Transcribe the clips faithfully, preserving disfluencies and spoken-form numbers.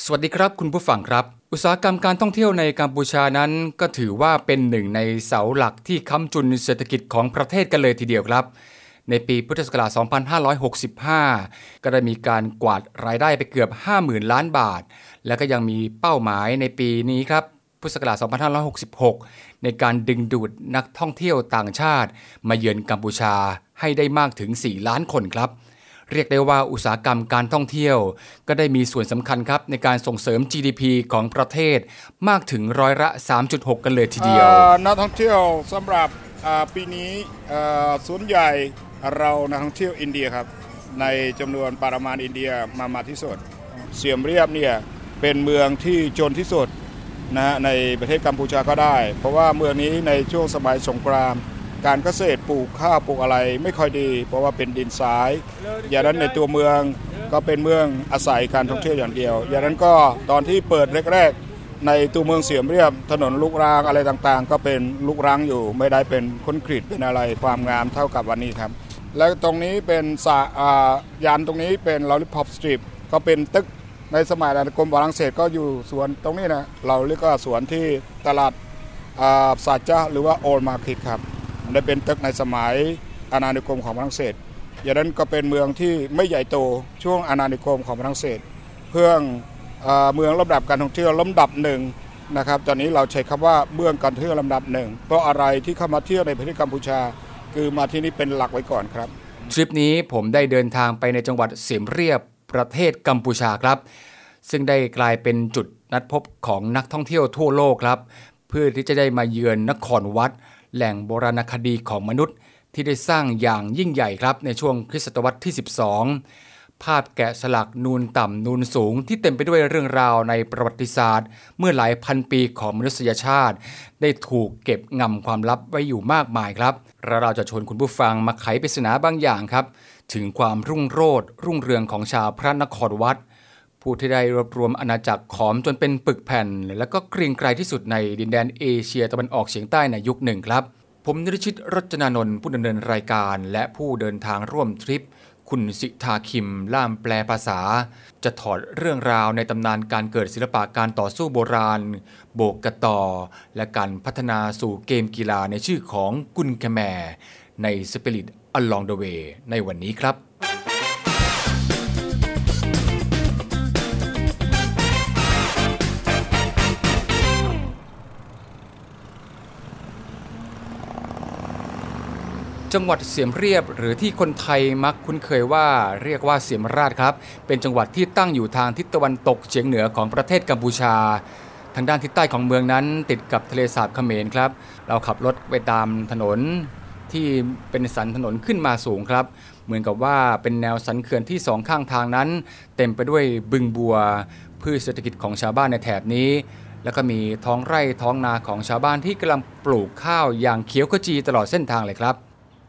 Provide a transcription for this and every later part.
สวัสดีครับคุณผู้ฟังครับอุตสาหกรรมการท่องเที่ยวในกัมพูชานั้นก็ถือว่าเป็นหนึ่งในเสาหลักที่ค้ำจุนเศรษฐกิจของประเทศกันเลยทีเดียวครับในปีพุทธศักราช สองพันห้าร้อยหกสิบห้า ก็ได้มีการกวาดรายได้ไปเกือบ ห้าหมื่น ล้านบาทและก็ยังมีเป้าหมายในปีนี้ครับพุทธศักราช สองพันห้าร้อยหกสิบหก ในการดึงดูดนักท่องเที่ยวต่างชาติมาเยือนกัมพูชาให้ได้มากถึง สี่ ล้านคนครับเรียกได้ว่าอุตสาหกรรมการท่องเที่ยวก็ได้มีส่วนสำคัญครับในการส่งเสริม จี ดี พี ของประเทศมากถึงร้อยละ สามจุดหก กันเลยทีเดียวนักท่องเที่ยวสำหรับปีนี้ส่วนใหญ่เรานักท่องเที่ยวอินเดียครับในจำนวนปริมาณอินเดียมามาที่สุดเสียมเรียบเนี่ยเป็นเมืองที่จนที่สุดนะในประเทศกัมพูชาก็ได้เพราะว่าเมืองนี้ในช่วงสมัยสงครามการเกษตรปลูกข้าวปลูกอะไรไม่ค่อยดีเพราะว่าเป็นดินทรายอย่างนั้นในตัวเมืองก็เป็นเมืองอาศัยการท่องเที่ยวอย่างเดียวอย่างนั้นก็ตอนที่เปิดแรกๆในตัวเมืองเสียมเรียบถนนลูกรังอะไรต่างๆก็เป็นลูกรังอยู่ไม่ได้เป็นคอนกรีตเป็นอะไรความงามเท่ากับวันนี้ครับและตรงนี้เป็นสระยานตรงนี้เป็นลอลิพอปสตรีทก็เป็นตึกในสมัยอาณานิคมฝรั่งเศสก็อยู่สวนตรงนี้นะเราเรียกว่าสวนที่ตลาดซาจ้าหรือว่าโอลมาร์เก็ตครับได้เป็นตึกในสมัยอาณานิคมของฝรั่งเศสอย่างนั้นก็เป็นเมืองที่ไม่ใหญ่โตช่วงอาณานิคมของฝรั่งเศสเพื่อเมืองลำดับการท่องเที่ยวลำดับหนึ่งนะครับตอนนี้เราใช้คำว่าเมืองการท่องเที่ยวลำดับหนึ่งเพราะอะไรที่เข้ามาเที่ยวในประเทศกัมพูชาคือมาที่นี่เป็นหลักไว้ก่อนครับทริปนี้ผมได้เดินทางไปในจังหวัดเสียมเรียบประเทศกัมพูชาครับซึ่งได้กลายเป็นจุดนัดพบของนักท่องเที่ยวทั่วโลกครับเพื่อที่จะได้มาเยือนนครวัดแหล่งโบราณคดีของมนุษย์ที่ได้สร้างอย่างยิ่งใหญ่ครับในช่วงคริสตศตวรรษที่สิบสองภาพแกะสลักนูนต่ำนูนสูงที่เต็มไปด้วยเรื่องราวในประวัติศาสตร์เมื่อหลายพันปีของมนุษยชาติได้ถูกเก็บงำความลับไว้อยู่มากมายครับและเราจะชวนคุณผู้ฟังมาไขปริศนาบางอย่างครับถึงความรุ่งโรจน์รุ่งเรืองของชาวพระนครวัดผู้ที่ได้รวบรวมอาณาจักรขอมจนเป็นปึกแผ่นและก็เกรียงไกรที่สุดในดินแดนเอเชียตะวันออกเฉียงใต้ในยุคหนึ่งครับผมนิรชิตรจนานนท์ผู้ดำเนินรายการและผู้เดินทางร่วมทริปคุณสิทาคิมล่ามแปลภาษาจะถอดเรื่องราวในตำนานการเกิดศิลปะการต่อสู้โบราณโบกกะตอและการพัฒนาสู่เกมกีฬาในชื่อของกุนแคแมร์ใน Spirit Along the Way ในวันนี้ครับจังหวัดเสียมเรียบหรือที่คนไทยมักคุ้นเคยว่าเรียกว่าเสียมราชครับเป็นจังหวัดที่ตั้งอยู่ทางทิศตะวันตกเฉียงเหนือของประเทศกัมพูชาทางด้านทิศใต้ของเมืองนั้นติดกับทะเลสาบเขมรครับเราขับรถไปตามถนนที่เป็นสันถนนขึ้นมาสูงครับเหมือนกับว่าเป็นแนวสันเขื่อนที่สองข้างทางนั้นเต็มไปด้วยบึงบัวพืชเศรษฐกิจของชาวบ้านในแถบนี้แล้วก็มีท้องไร่ท้องนาของชาวบ้านที่กำลังปลูกข้าวอย่างเขียวขจีตลอดเส้นทางเลยครับ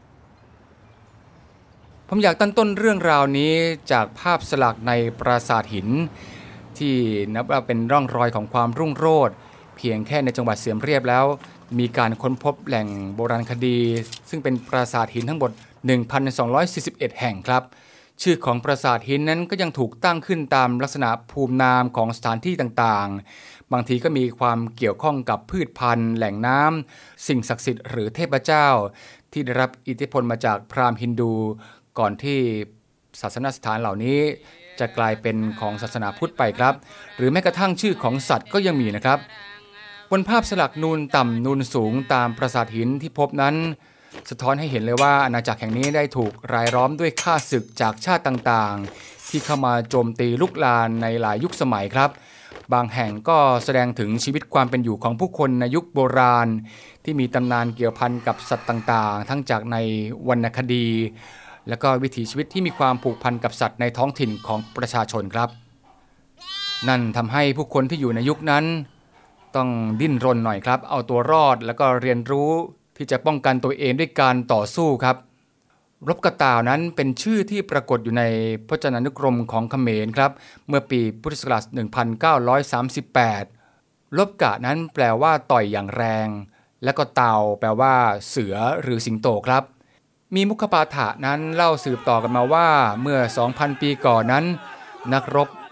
ผมอยากตั้งต้นเรื่องราวนี้จากภาพสลักในปราสาทหินที่นับว่าเป็นร่องรอยของความรุ่งโรจน์เพียงแค่ในจังหวัดเสียมเรียบแล้วมีการค้นพบแหล่งโบราณคดีซึ่งเป็นปราสาทหินทั้งหมด หนึ่งพันสองร้อยสี่สิบเอ็ด แห่งครับชื่อของปราสาทหินนั้นก็ยังถูกตั้งขึ้นตามลักษณะภูมินามของสถานที่ต่างๆบางทีก็มีความเกี่ยวข้องกับพืชพันธุ์แหล่งน้ำสิ่งศักดิ์สิทธิ์หรือเทพเจ้าที่ได้รับอิทธิพลมาจากพราหมณ์ฮินดูก่อนที่ศาสนสถานเหล่านี้จะกลายเป็นของศาสนาพุทธไปครับหรือแม้กระทั่งชื่อของสัตว์ก็ยังมีนะครับบนภาพสลักนูนต่ำนูนสูงตามปราสาทหินที่พบนั้นสะท้อนให้เห็นเลยว่าอาณาจักรแห่งนี้ได้ถูกรายล้อมด้วยข้าศึกจากชาติต่างๆที่เข้ามาโจมตีลุกลานในหลายยุคสมัยครับบางแห่งก็แสดงถึงชีวิตความเป็นอยู่ของผู้คนในยุคโบราณที่มีตำนานเกี่ยวพันกับสัตว์ต่างๆทั้งจากในวรรณคดีและก็วิถีชีวิตที่มีความผูกพันกับสัตว์ในท้องถิ่นของประชาชนครับนั่นทำให้ผู้คนที่อยู่ในยุคนั้นต้องดิ้นรนหน่อยครับเอาตัวรอดแล้วก็เรียนรู้ที่จะป้องกันตัวเองด้วยการต่อสู้ครับรบกะตาวนั้นเป็นชื่อที่ปรากฏอยู่ในพจนานุกรมของเขมรครับเมื่อปีพุทธศักราชหนึ่งพันเก้าร้อยสามสิบแปดรบกะนั้นแปลว่าต่อยอย่างแรงและก็เตาแปลว่าเสือหรือสิงโตครับมีมุขปาฐะนั้นเล่าสืบต่อกันมาว่าเมื่อ สองพัน ปีก่อนนั้นนักรบ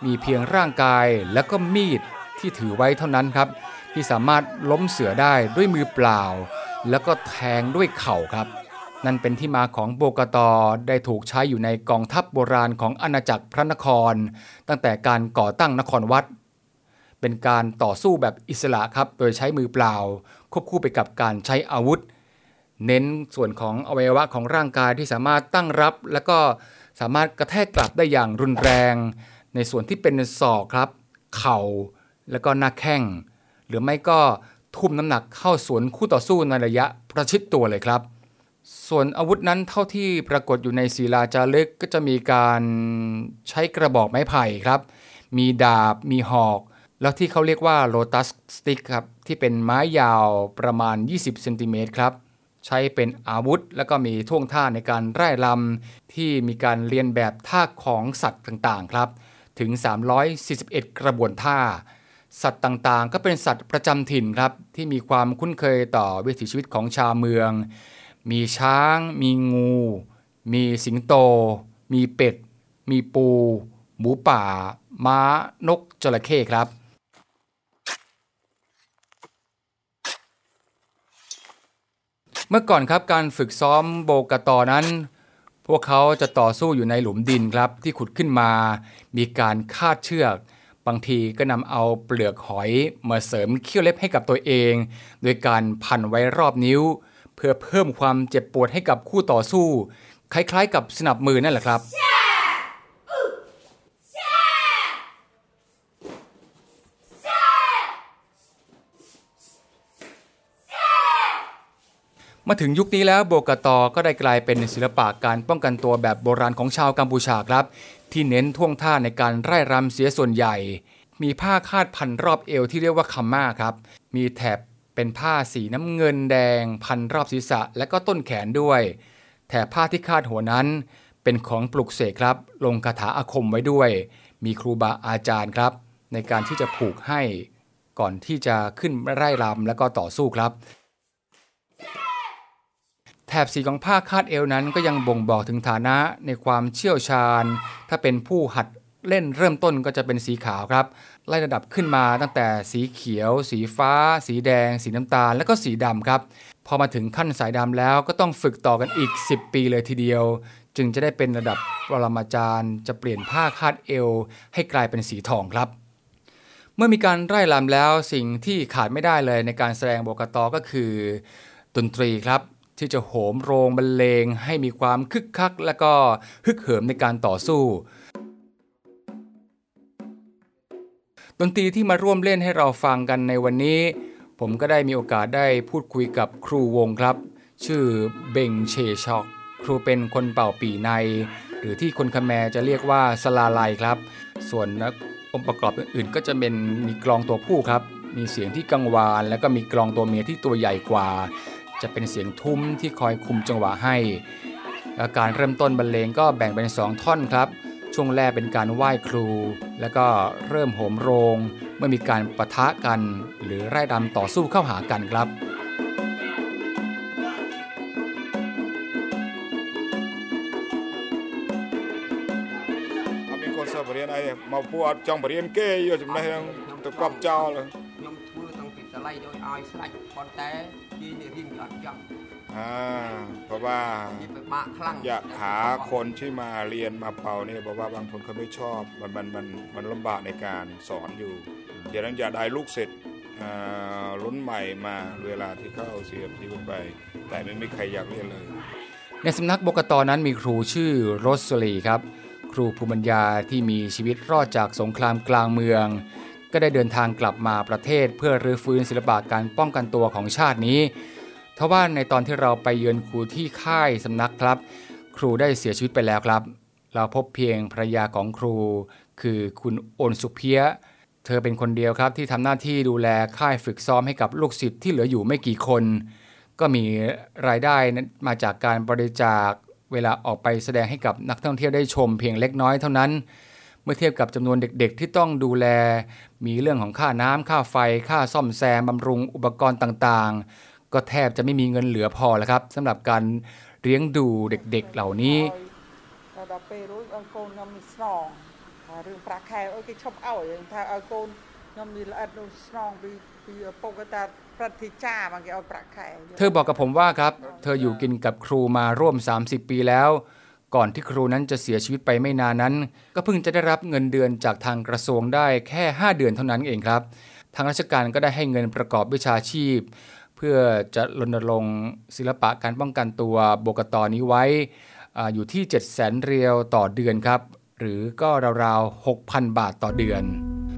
มีเพียงร่างกายและก็มีดที่ถือไว้เท่านั้นครับที่สามารถล้มเสือได้ด้วยมือเปล่าแล้วก็แทงด้วยเข่าครับนั่นเป็นที่มาของโบกตได้ถูกใช้อยู่ในกองทัพโบราณของอาณาจักรพระนครตั้งแต่การก่อตั้งนครวัดเป็นการต่อสู้แบบอิสระครับโดยใช้มือเปล่าควบคู่ไปกับการใช้อาวุธเน้นส่วนของอวัยวะของร่างกายที่สามารถตั้งรับและก็สามารถกระแทกกลับได้อย่างรุนแรงในส่วนที่เป็นศอกครับเข่าแล้วก็หน้าแข้งหรือไม่ก็ทุ่มน้ำหนักเข้าสวนคู่ต่อสู้ในระยะประชิดตัวเลยครับส่วนอาวุธนั้นเท่าที่ปรากฏอยู่ในศิลาจารึกก็จะมีการใช้กระบอกไม้ไผ่ครับมีดาบมีหอกแล้วที่เขาเรียกว่าโลตัสสติ๊กครับที่เป็นไม้ยาวประมาณยี่สิบเซนติเมตรครับใช้เป็นอาวุธแล้วก็มีท่วงท่าในการไร่รำที่มีการเรียนแบบท่าของสัตว์ต่างๆครับถึงสามร้อยสี่สิบเอ็ดกระบวนท่าสัตว์ต่างๆก็เป็นสัตว์ประจำถิ่นครับที่มีความคุ้นเคยต่อวิถีชีวิตของชาวเมืองมีช้างมีงูมีสิงโตมีเป็ดมีปูหมูป่าม้านกจระเข้ครับเมื่อก่อนครับการฝึกซ้อมโบกตอนั้นพวกเขาจะต่อสู้อยู่ในหลุมดินครับที่ขุดขึ้นมามีการคาดเชือกบางทีก็นำเอาเปลือกหอยมาเสริมเขี้ยวเล็บให้กับตัวเองโดยการพันไว้รอบนิ้วเพื่อเพิ่มความเจ็บปวดให้กับคู่ต่อสู้คล้ายๆกับสนับมือนั่นแหละครับมาถึงยุคนี้แล้วโบกตก็ได้กลายเป็นศิลปะการป้องกันตัวแบบโบราณของชาวกัมพูชาครับที่เน้นท่วงท่าในการไร่รำเสียส่วนใหญ่มีผ้าคาดพันรอบเอวที่เรียกว่าคัมม่าครับมีแถบเป็นผ้าสีน้ำเงินแดงพันรอบศีรษะและก็ต้นแขนด้วยแถบผ้าที่คาดหัวนั้นเป็นของปลุกเสกครับลงคาถาอาคมไว้ด้วยมีครูบาอาจารย์ครับในการที่จะผูกให้ก่อนที่จะขึ้นไร่รำและก็ต่อสู้ครับแถบสีของผ้าคาดเอวนั้นก็ยังบ่งบอกถึงฐานะในความเชี่ยวชาญถ้าเป็นผู้หัดเล่นเริ่มต้นก็จะเป็นสีขาวครับไล่ระดับขึ้นมาตั้งแต่สีเขียวสีฟ้าสีแดงสีน้ำตาลและก็สีดำครับพอมาถึงขั้นสายดำแล้วก็ต้องฝึกต่อกันอีกสิบปีเลยทีเดียวจึงจะได้เป็นระดับปรมาจารย์จะเปลี่ยนผ้าคาดเอวให้กลายเป็นสีทองครับเมื่อมีการไล่รำแล้วสิ่งที่ขาดไม่ได้เลยในการแสดงโบกตก็คือดนตรีครับที่จะโหมโรงบรรเลงให้มีความคึกคักและก็ฮึกเหิมในการต่อสู้ดนตรีที่มาร่วมเล่นให้เราฟังกันในวันนี้ผมก็ได้มีโอกาสได้พูดคุยกับครูวงครับชื่อเบงเชชอกครูเป็นคนเป่าปี่ในหรือที่คนคแมร์จะเรียกว่าสลาไลครับส่วนองค์ประกอบอื่นๆก็จะเป็นมีกลองตัวผู้ครับมีเสียงที่กังวานแล้วก็มีกลองตัวเมียที่ตัวใหญ่กว่าจะเป็นเสียงทุ้มที่คอยคุมจังหวะให้และการเริ่มต้นบรรเลงก็แบ่งเป็นสองท่อนครับช่วงแรกเป็นการไหว้ครูแล้วก็เริ่มโหมโรงเมื่อมีการปะทะกันหรือไร่รำต่อสู้เข้าหากันครับมีคนสอบเรียนอะไรมาพูดจังเรียนเก้อยู่จุดไหนตะกอบเจ้าเลยยมทูต้องปิดสไลด์โดยออยสไลด์คอนแต่ยีเนี่ยยิ่งหย่อนย่ำอ่าเพราะว่าอยากหาคนที่มาเรียนมาเป่าเนี่ยบอกว่าบางคนเขาไม่ชอบมันมันมันมันลำบากในการสอนอยู่เดี๋ยวนั้นอยากได้ลูกศิษย์รุ่นใหม่มาเวลาที่เข้าเสียบที่ไปแต่ไม่มีใครอยากเรียนเลยในสำนักโบกตนั้นมีครูชื่อโรสลีครับครูภูมิปัญญาที่มีชีวิตรอดจากสงครามกลางเมืองก็ได้เดินทางกลับมาประเทศเพื่อรื้อฟื้นศิลปะการป้องกันตัวของชาตินี้ทว่าในตอนที่เราไปเยือนครูที่ค่ายสำนักครับครูได้เสียชีวิตไปแล้วครับเราพบเพียงภรรยาของครูคือคุณโอนสุเพียเธอเป็นคนเดียวครับที่ทำหน้าที่ดูแลค่ายฝึกซ้อมให้กับลูกศิษย์ที่เหลืออยู่ไม่กี่คนก็มีรายได้มาจากการบริจาคเวลาออกไปแสดงให้กับนักท่องเที่ยวได้ชมเพียงเล็กน้อยเท่านั้นเมื่อเทียบกับจำนวนเด็กๆที่ต้องดูแลมีเรื่องของค่าน้ำค่าไฟค่าซ่อมแซมบำรุงอุปกรณ์ต่างๆก็แทบจะไม่มีเงินเหลือพอแล้วครับสำหรับการเลี้ยงดูเด็กๆเหล่านี้เรื่องปลาแค่โอ้ยชอบเอาอย่างถ้าเอาโกนยอมมีละอัดนุ่งสนองปีปีปกติปฏิจ้าบางทีเอาปลาแค่เธอบอกกับผมว่าครับเธออยู่กินกับครูมาร่วมสามสิบปีแล้วก่อนที่ครูนั้นจะเสียชีวิตไปไม่นานนั้นก็เพิ่งจะได้รับเงินเดือนจากทางกระทรวงได้แค่ห้าเดือนเท่านั้นเองครับทางราชการก็ได้ให้เงินประกอบวิชาชีพเพื่อจะรณรงค์ศิลปะการป้องกันตัวบกต.นี้ไว้อยู่ที่ เจ็ดแสน เรียวต่อเดือนครับหรือก็ราวๆ หกพัน บาทต่อเดือน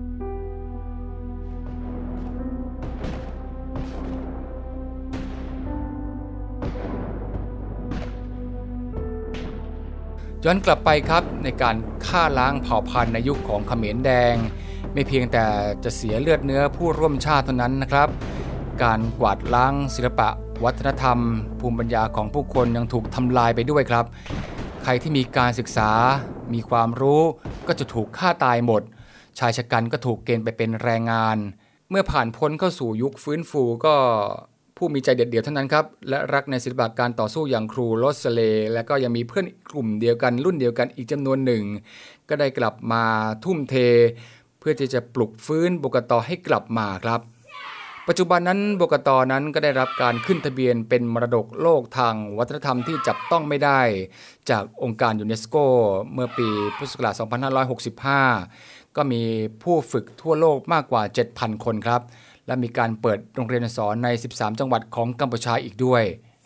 ย้อนกลับไปครับในการฆ่าล้างเผ่าพันธุ์ในยุคของเขมรแดงไม่เพียงแต่จะเสียเลือดเนื้อผู้ร่วมชาติเท่านั้นนะครับการกวาดล้างศิลปะวัฒนธรรมภูมิปัญญาของผู้คนยังถูกทำลายไปด้วยครับใครที่มีการศึกษามีความรู้ก็จะถูกฆ่าตายหมดชายชะกันก็ถูกเกณฑ์ไปเป็นแรงงานเมื่อผ่านพ้นเข้าสู่ยุคฟื้นฟูก็ผู้มีใจเด็ดเดี่ยวเท่านั้นครับและรักในศิลปะการต่อสู้อย่างครูโรสเลและก็ยังมีเพื่อนกลุ่มเดียวกันรุ่นเดียวกันอีกจำนวนหนึ่งก็ได้กลับมาทุ่มเทเพื่อที่จะปลุกฟื้นบกต.ให้กลับมาครับปัจจุบันนั้นบกต.นั้นก็ได้รับการขึ้นทะเบียนเป็นมรดกโลกทางวัฒนธรรมที่จับต้องไม่ได้จากองค์การยูเนสโกเมื่อปีพุทธศักราช สองพันห้าร้อยหกสิบห้า ก็มีผู้ฝึกทั่วโลกมากกว่า เจ็ดพัน คนครับและมีการเปิดโรงเรียนสอนในสิบสามจังหวัดของกัมพูชาอีกด้วย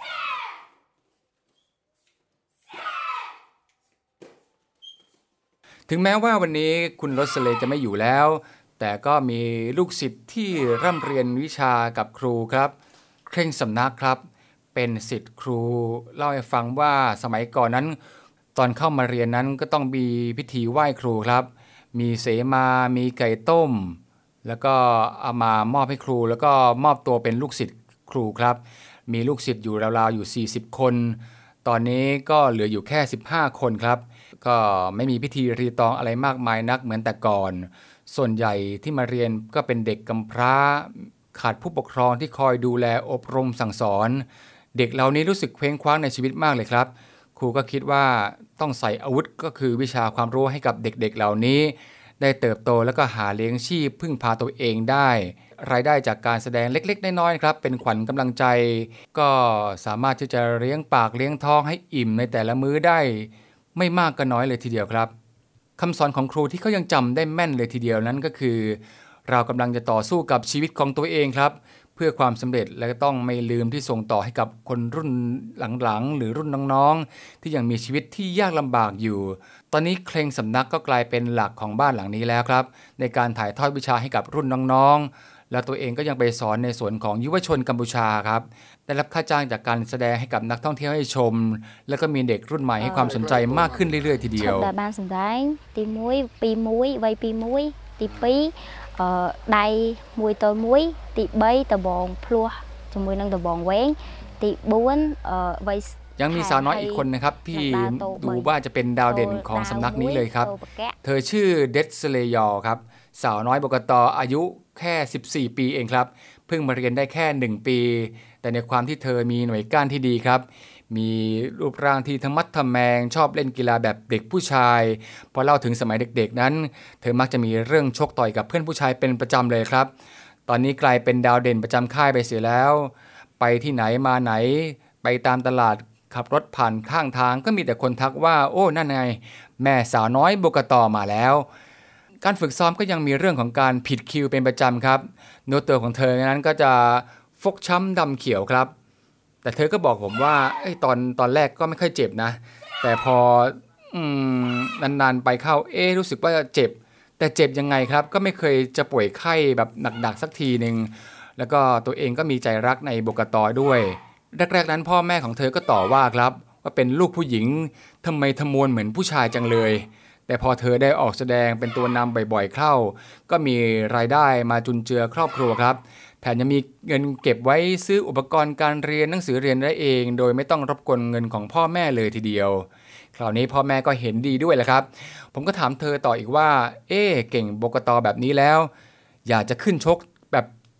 ถึงแม้ว่าวันนี้คุณโรสเลจะไม่อยู่แล้วแต่ก็มีลูกศิษย์ที่ร่ำเรียนวิชากับครูครับเคร่งสำนักครับเป็นศิษย์ครูเล่าให้ฟังว่าสมัยก่อนนั้นตอนเข้ามาเรียนนั้นก็ต้องมีพิธีไหว้ครูครับมีเสมามีไก่ต้มแล้วก็เอามามอบให้ครูแล้วก็มอบตัวเป็นลูกศิษย์ครูครับมีลูกศิษย์อยู่ราวๆอยู่สี่สิบคนตอนนี้ก็เหลืออยู่แค่สิบห้าคนครับก็ไม่มีพิธีรีตองอะไรมากมายนักเหมือนแต่ก่อนส่วนใหญ่ที่มาเรียนก็เป็นเด็กกำพร้าขาดผู้ปกครองที่คอยดูแลอบรมสั่งสอนเด็กเหล่านี้รู้สึกเคว้งคว้างในชีวิตมากเลยครับครูก็คิดว่าต้องใส่อาวุธก็คือวิชาความรู้ให้กับเด็กๆเหล่านี้ได้เติบโตแล้วก็หาเลี้ยงชีพพึ่งพาตัวเองได้รายได้จากการแสดงเล็กๆน้อยๆครับเป็นขวัญกำลังใจก็สามารถที่จะเลี้ยงปากเลี้ยงท้องให้อิ่มในแต่ละมื้อได้ไม่มากก็น้อยเลยทีเดียวครับคำสอนของครูที่เขายังจำได้แม่นเลยทีเดียวนั้นก็คือเรากำลังจะต่อสู้กับชีวิตของตัวเองครับเพื่อความสำเร็จและต้องไม่ลืมที่ส่งต่อให้กับคนรุ่นหลังๆหรือรุ่นน้องๆที่ยังมีชีวิตที่ยากลำบากอยู่ตอนนี้เคร่งสำนักก็กลายเป็นหลักของบ้านหลังนี้แล้วครับในการถ่ายทอดวิชาให้กับรุ่นน้องๆและตัวเองก็ยังไปสอนในส่วนของยุวชนกัมพูชาครับได้รับค่าจ้างจากการแสดงให้กับนักท่องเที่ยวให้ชมแล้วก็มีเด็กรุ่นใหม่ให้ความสนใจมากขึ้นเรื่อยๆทีเดียวដែលបានសម្ដែងទីមួយពីមួយវ័យពីមួយទីពីរអឺដៃមួយទល់មួយទីបីដបងភ្លោះជាមួយនឹងដបងវែងទីបួនអឺវ័យยังมีสาวน้อยอีกคนนะครับที่ดูว่าจะเป็นดาวเด่นของสำนักนี้เลยครับเธอชื่อเดซเลยอครับสาวน้อยบกต.อายุแค่สิบสี่ปีเองครับเพิ่งมาเรียนได้แค่หนึ่งปีแต่ในความที่เธอมีหน่วยก้านที่ดีครับมีรูปร่างที่ธรรมัดทแมงชอบเล่นกีฬาแบบเด็กผู้ชายพอเล่าถึงสมัยเด็กๆนั้นเธอมักจะมีเรื่องชกต่อยกับเพื่อนผู้ชายเป็นประจำเลยครับตอนนี้กลายเป็นดาวเด่นประจำค่ายไปเสียแล้วไปที่ไหนมาไหนไปตามตลาดขับรถผ่านข้างทางก็มีแต่คนทักว่าโอ้นั่นไงแม่สาวน้อยบกต.มาแล้วการฝึกซ้อมก็ยังมีเรื่องของการผิดคิวเป็นประจำครับเนื้อตัวของเธอนั้นก็จะฟกช้ำดำเขียวครับแต่เธอก็บอกผมว่าไอ้ตอนตอนแรกก็ไม่ค่อยเจ็บนะแต่พออืมนานๆไปเข้าเอ๊ะรู้สึกว่าเจ็บแต่เจ็บยังไงครับก็ไม่เคยจะป่วยไข้แบบหนักๆสักทีนึงแล้วก็ตัวเองก็มีใจรักในบกต.ด้วยแรกๆนั้นพ่อแม่ของเธอก็ต่อว่าครับว่าเป็นลูกผู้หญิงทำไมทะมวนเหมือนผู้ชายจังเลยแต่พอเธอได้ออกแสดงเป็นตัวนำบ่อยๆเข้าก็มีรายได้มาจุนเจือครอบครัวครับแถมยังมีเงินเก็บไว้ซื้ออุปกรณ์การเรียนหนังสือเรียนได้เองโดยไม่ต้องรบกวนเงินของพ่อแม่เลยทีเดียวคราวนี้พ่อแม่ก็เห็นดีด้วยแหละครับผมก็ถามเธอต่ออีกว่าเอ๊ะเก่งบกต.แบบนี้แล้วอยากจะขึ้นชกแบบ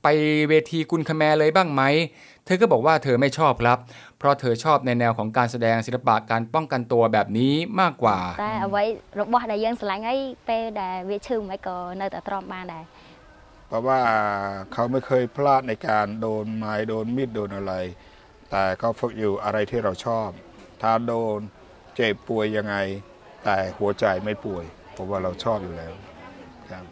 ไปเวทีกุนคแมเลยบ้างไหมเธอก็บอกว่าเธอไม่ชอบครับเพราะเธอชอบในแนวของการแสดงศิลปะการป้องกันตัวแบบนี้มากกว่าแต่เอาไว้รบได้ยังสลายไอ้เป้ได้เวชื่อไม่ก็ในแต่ตรอมมาได้เพราะว่าเขาไม่เคยพลาดในการโดนไม้โดนมีดโดนอะไรแต่เขาฝึกอยู่อะไรที่เราชอบถ้าโดนเจ็บป่วยยังไงแต่หัวใจไม่ป่วยเพราะว่าเราชอบอยู่แล้วครับ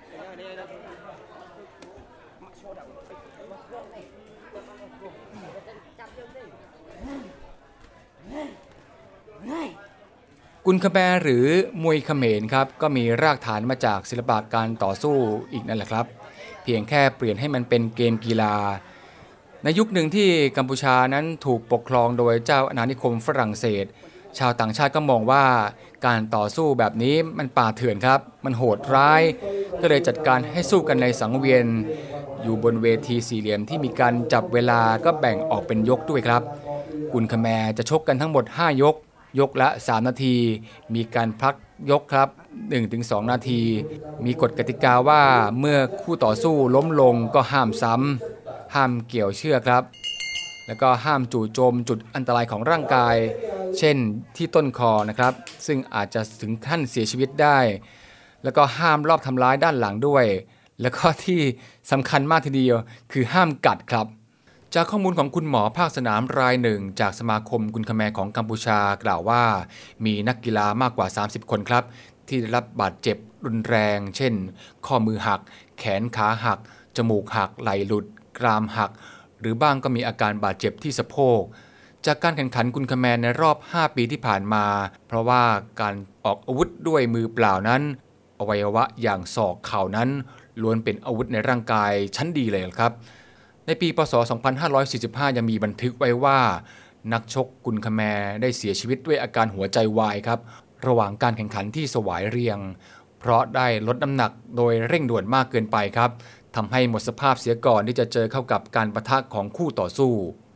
กุนคแมหรือมวยเขมรครับก็มีรากฐานมาจากศิลปะการต่อสู้อีกนั่นแหละครับเพียงแค่เปลี่ยนให้มันเป็นเกมกีฬาในยุคหนึ่งที่กัมพูชานั้นถูกปกครองโดยเจ้าอาณานิคมฝรั่งเศสชาวต่างชาติก็มองว่าการต่อสู้แบบนี้มันป่าเถื่อนครับมันโหดร้ายก็เลยจัดการให้สู้กันในสังเวียนอยู่บนเวทีสี่เหลี่ยมที่มีการจับเวลาก็แบ่งออกเป็นยกด้วยครับกุนคแมจะชกกันทั้งหมดห้ายกยกละสามนาทีมีการพักยกครับ หนึ่งถึงสอง นาทีมีกฎกติกาว่าเมื่อคู่ต่อสู้ล้มลงก็ห้ามซ้ำห้ามเกี่ยวเชือกครับแล้วก็ห้ามจู่โจมจุดอันตรายของร่างกายเช่นที่ต้นคอนะครับซึ่งอาจจะถึงขั้นเสียชีวิตได้แล้วก็ห้ามรอบทำร้ายด้านหลังด้วยแล้วก็ที่สำคัญมากทีเดียวคือห้ามกัดครับจากข้อมูลของคุณหมอภาคสนามรายหนึ่งจากสมาคมกุนคแมของกัมพูชากล่าวว่ามีนักกีฬามากกว่าสามสิบคนครับที่ได้รับบาดเจ็บรุนแรงเช่นข้อมือหักแขนขาหักจมูกหักไหล่หลุดกรามหักหรือบ้างก็มีอาการบาดเจ็บที่สะโพกจากการแข่งขันกุนคแมในรอบห้าปีที่ผ่านมาเพราะว่าการออกอาวุธด้วยมือเปล่านั้นอวัยวะอย่างศอกเข่านั้นล้วนเป็นอาวุธในร่างกายชั้นดีเลยครับในปีพ.ศ. สองพันห้าร้อยสี่สิบห้ายังมีบันทึกไว้ว่านักชกกุนคแมได้เสียชีวิตด้วยอาการหัวใจวายครับระหว่างการแข่งขันที่สวายเรียงเพราะได้ลดน้ำหนักโดยเร่งด่วนมากเกินไปครับทำให้หมดสภาพเสียก่อนที่จะเจอเข้ากับการปะทะของคู่ต่อสู้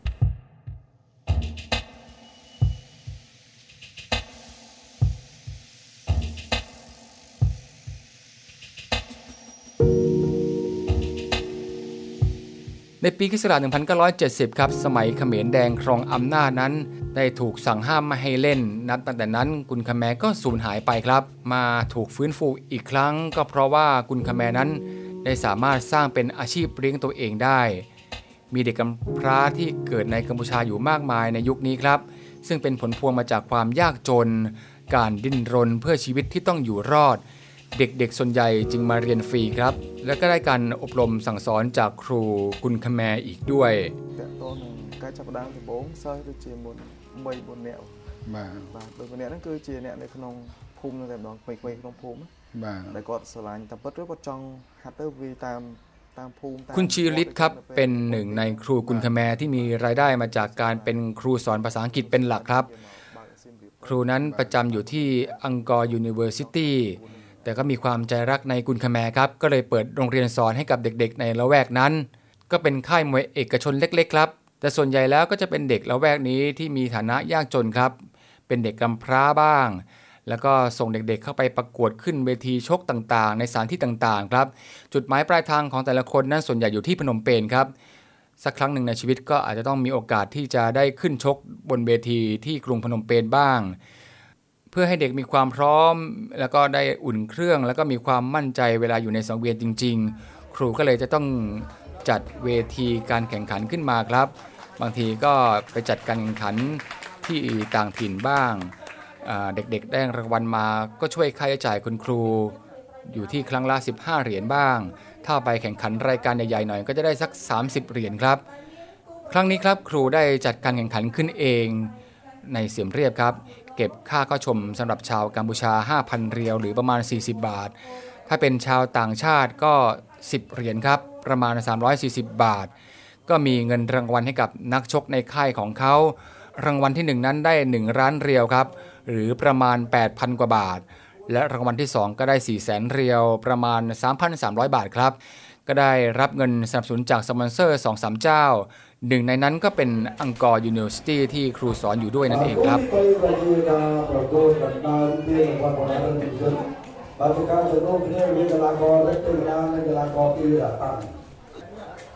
ในปีค.ศ. หนึ่งพันเก้าร้อยเจ็ดสิบครับสมัยเขมรแดงครองอำนาจนั้นได้ถูกสั่งห้ามไม่ให้เล่นนับตั้งแต่นั้นกุนคแมก็สูญหายไปครับมาถูกฟื้นฟูอีกครั้งก็เพราะว่ากุนคแมนั้นได้สามารถสร้างเป็นอาชีพเลี้ยงตัวเองได้มีเด็กกำพร้าที่เกิดในกัมพูชาอยู่มากมายในยุคนี้ครับซึ่งเป็นผลพวงมาจากความยากจนการดิ้นรนเพื่อชีวิตที่ต้องอยู่รอดเด็กๆส่วนใหญ่จึงมาเรียนฟรีครับและก็ได้การอบรมสั่งสอนจากครูกุนคแมอีกด้วยแต่ตอนการจับดาวถึงโบ้งซอยด้วยเจียมบนใบบนแนวมาโดยบนแนวนั่นคือเจียเนี่ยในขนมภูมิแต่ดอกไปไปขนมภูมิแต่ก็สลายแต่ปัจจุบันจองฮัตเตอร์วีตามตามภูมิคุณชีริตครับเป็นหนึ่งในครูกุนคแมที่มีรายได้มาจากการเป็นครูสอนภาษาอังกฤษเป็นหลักครับครูนั้นประจำอยู่ที่อังกอร์ยูนิเวอร์ซิตี้แต่ก็มีความใจรักในกุนคแมครับก็เลยเปิดโรงเรียนสอนให้กับเด็กๆในละแวกนั้นก็เป็นค่ายมวยเอกชนเล็กๆครับแต่ส่วนใหญ่แล้วก็จะเป็นเด็กละแวกนี้ที่มีฐานะยากจนครับเป็นเด็กกำพร้าบ้างแล้วก็ส่งเด็กๆเข้าไปประกวดขึ้นเวทีชกต่างๆในสถานที่ต่างๆครับจุดหมายปลายทางของแต่ละคนนั้นส่วนใหญ่อยู่ที่พนมเปญครับสักครั้งหนึ่งในชีวิตก็อาจจะต้องมีโอกาสที่จะได้ขึ้นชกบนเวทีที่กรุงพนมเปญบ้างเพื่อให้เด็กมีความพร้อมแล้วก็ได้อุ่นเครื่องแล้วก็มีความมั่นใจเวลาอยู่ในสังเวียนจริงๆครูก็เลยจะต้องจัดเวทีการแข่งขันขึ้นมาครับบางทีก็ไปจัดการแข่งขันที่ต่างถิ่นบ้างเด็กๆได้รางวัลมาก็ช่วยค่าใช้จ่ายคุณครูอยู่ที่ครั้งละสิบห้าเหรียญบ้างถ้าไปแข่งขันรายการใหญ่ๆหน่อยก็จะได้สักสามสิบเหรียญครับครั้งนี้ครับครูได้จัดการแข่งขันขึ้นเองในเสียมเรียบครับเก็บค่าเข้าชมสำหรับชาวกัมพูชา ห้าพัน เรียวหรือประมาณสี่สิบบาทถ้าเป็นชาวต่างชาติก็สิบเหรียญครับประมาณสามร้อยสี่สิบบาทก็มีเงินรางวัลให้กับนักชกในค่ายของเขารางวัลที่หนึ่งนั้นได้หนึ่งล้านเรียวครับหรือประมาณ แปดพัน กว่าบาทและรางวัลที่สองก็ได้ สี่แสน เรียวประมาณ สามพันสามร้อย บาทครับก็ได้รับเงินสนับสนุนจากสปอนเซอร์ สองสาม เจ้าหนึ่งในนั้นก็เป็นอังกอร์ยูนิเวอร์ซิตี้ที่ครูสอนอยู่ด้วยนั่นเองครับ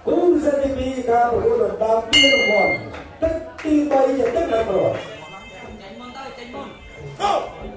គ្រូសិស្សទីពីរការប្រកួតដណ្ដើមពានរង្វាន់ទឹកទីបីជាទឹកលើប្រវត្តិចេញមុនទៅចេញមុនអូ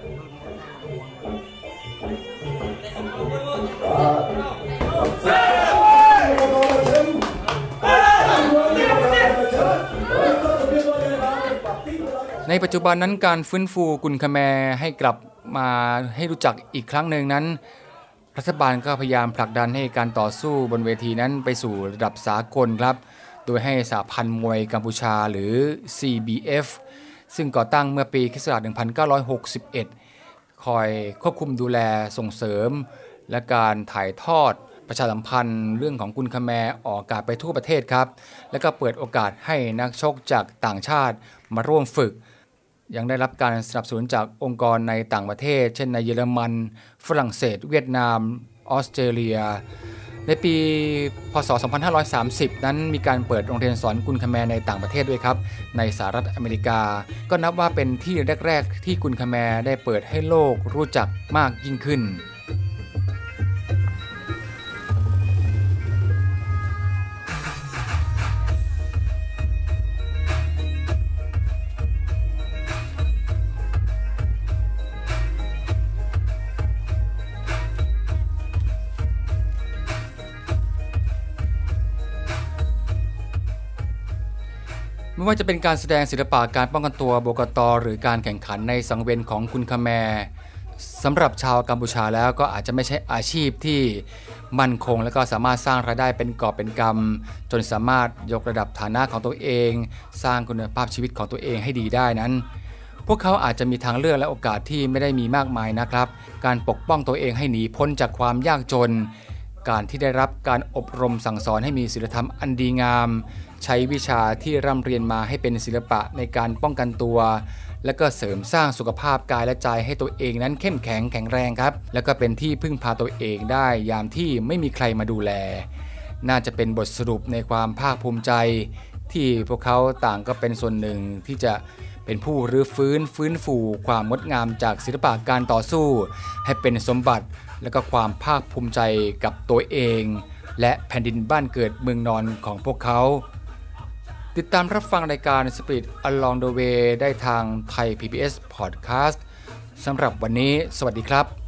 ในปัจจุบันนั้นการฟื้นฟูกุนคาแมร์ให้กลับมาให้รู้จักอีกครั้งหนึ่งนั้นรัฐบาลก็พยายามผลักดันให้การต่อสู้บนเวทีนั้นไปสู่ระดับสากลครับโดยให้สหพันธ์มวยกัมพูชาหรือ ซี บี เอฟ ซึ่งก่อตั้งเมื่อปีค.ศ. หนึ่งพันเก้าร้อยหกสิบเอ็ดคอยควบคุมดูแลส่งเสริมและการถ่ายทอดประชาสัมพันธ์เรื่องของกุนคาแมร์ออกอากาศไปทั่วประเทศครับและก็เปิดโอกาสให้นักชกจากต่างชาติมาร่วมฝึกยังได้รับการสนับสนุนจากองค์กรในต่างประเทศเช่นในเยอรมันฝรั่งเศสเวียดนามออสเตรเลียในปีพ.ศ. สองพันห้าร้อยสามสิบนั้นมีการเปิดโรงเรียนสอนกุนคาแมร์ในต่างประเทศด้วยครับในสหรัฐอเมริกาก็นับว่าเป็นที่แรกๆที่กุนคาแมร์ได้เปิดให้โลกรู้จักมากยิ่งขึ้นไม่ว่าจะเป็นการแสดงศิลปะการป้องกันตัวโบกต.หรือการแข่งขันในสังเวียนของกุนคาแมร์สำหรับชาวกัมพูชาแล้วก็อาจจะไม่ใช่อาชีพที่มั่นคงและก็สามารถสร้างรายได้เป็นกอบเป็นกำจนสามารถยกระดับฐานะของตัวเองสร้างคุณภาพชีวิตของตัวเองให้ดีได้นั้นพวกเขาอาจจะมีทางเลือกและโอกาสที่ไม่ได้มีมากมายนะครับการปกป้องตัวเองให้หนีพ้นจากความยากจนการที่ได้รับการอบรมสั่งสอนให้มีศีลธรรมอันดีงามใช้วิชาที่ร่ำเรียนมาให้เป็นศิลปะในการป้องกันตัวและก็เสริมสร้างสุขภาพกายและใจให้ตัวเองนั้นเข้มแข็งแข็งแรงครับแล้วก็เป็นที่พึ่งพาตัวเองได้ยามที่ไม่มีใครมาดูแลน่าจะเป็นบทสรุปในความภาคภูมิใจที่พวกเขาต่างก็เป็นส่วนหนึ่งที่จะเป็นผู้รื้อฟื้นฟื้นฟูความงดงามจากศิลปะการต่อสู้ให้เป็นสมบัติและก็ความภาคภูมิใจกับตัวเองและแผ่นดินบ้านเกิดเมืองนอนของพวกเขาติดตามรับฟังรายการ Spirit Along the Way ได้ทางไทย พี บี เอส Podcast สำหรับวันนี้สวัสดีครับ